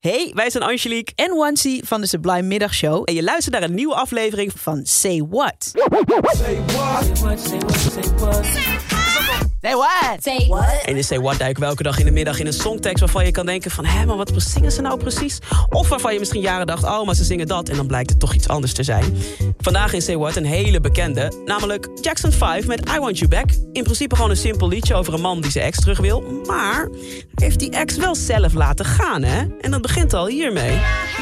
Hey, wij zijn Angelique en Wansi van de Sublime Middagshow. En je luistert naar een nieuwe aflevering van Say What. Say what? Say what? Say what? En in Say What duiken we elke dag in de middag in een songtekst waarvan je kan denken van... maar wat zingen ze nou precies? Of waarvan je misschien jaren dacht, maar ze zingen dat... en dan blijkt het toch iets anders te zijn. Vandaag in Say What een hele bekende, namelijk Jackson 5 met I Want You Back. In principe gewoon een simpel liedje over een man die zijn ex terug wil. Maar heeft die ex wel zelf laten gaan, hè? En dat begint al hiermee.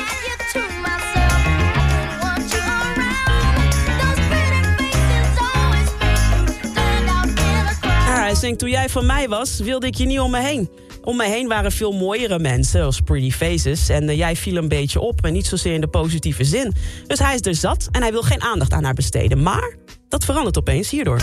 Hij zingt, toen jij van mij was, wilde ik je niet om me heen. Om me heen waren veel mooiere mensen, als Pretty Faces. En jij viel een beetje op, maar niet zozeer in de positieve zin. Dus hij is er zat en hij wil geen aandacht aan haar besteden. Maar dat verandert opeens hierdoor.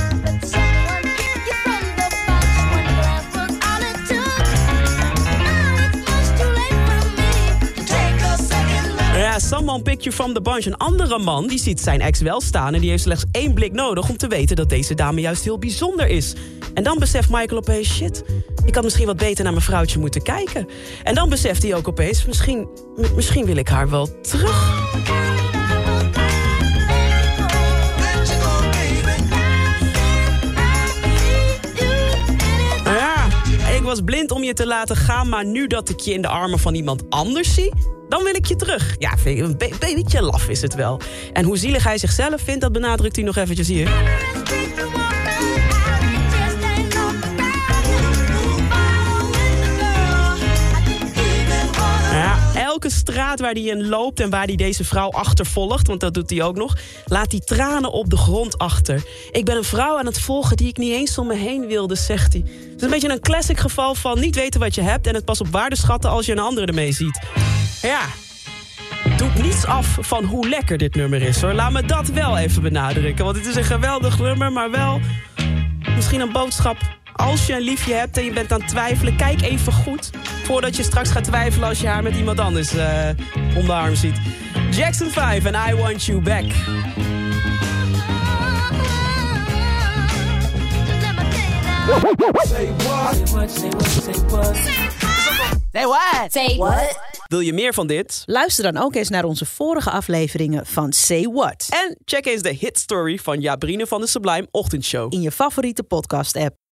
Ja, someone picked you from the bunch. Een andere man die ziet zijn ex wel staan... en die heeft slechts 1 blik nodig om te weten dat deze dame juist heel bijzonder is. En dan beseft Michael opeens, shit, ik had misschien wat beter naar mijn vrouwtje moeten kijken. En dan beseft hij ook opeens, misschien wil ik haar wel terug. Ja, ik was blind om je te laten gaan... maar nu dat ik je in de armen van iemand anders zie... dan wil ik je terug. Ja, een beetje laf is het wel. En hoe zielig hij zichzelf vindt, dat benadrukt hij nog eventjes hier. Ja, elke straat waar hij in loopt en waar hij deze vrouw achtervolgt... want dat doet hij ook nog, laat hij tranen op de grond achter. Ik ben een vrouw aan het volgen die ik niet eens om me heen wilde, zegt hij. Het is een beetje een classic geval van niet weten wat je hebt... en het pas op waarde schatten als je een andere ermee ziet. Ja, doet niets af van hoe lekker dit nummer is, hoor. Laat me dat wel even benadrukken. Want het is een geweldig nummer, maar wel misschien een boodschap. Als je een liefje hebt en je bent aan het twijfelen... kijk even goed voordat je straks gaat twijfelen... als je haar met iemand anders om de arm ziet. Jackson 5 en I Want You Back. Say what? Say what? Say what? Wil je meer van dit? Luister dan ook eens naar onze vorige afleveringen van Say What. En check eens de hitstory van Jabrine van de Sublime Ochtendshow. In je favoriete podcast-app.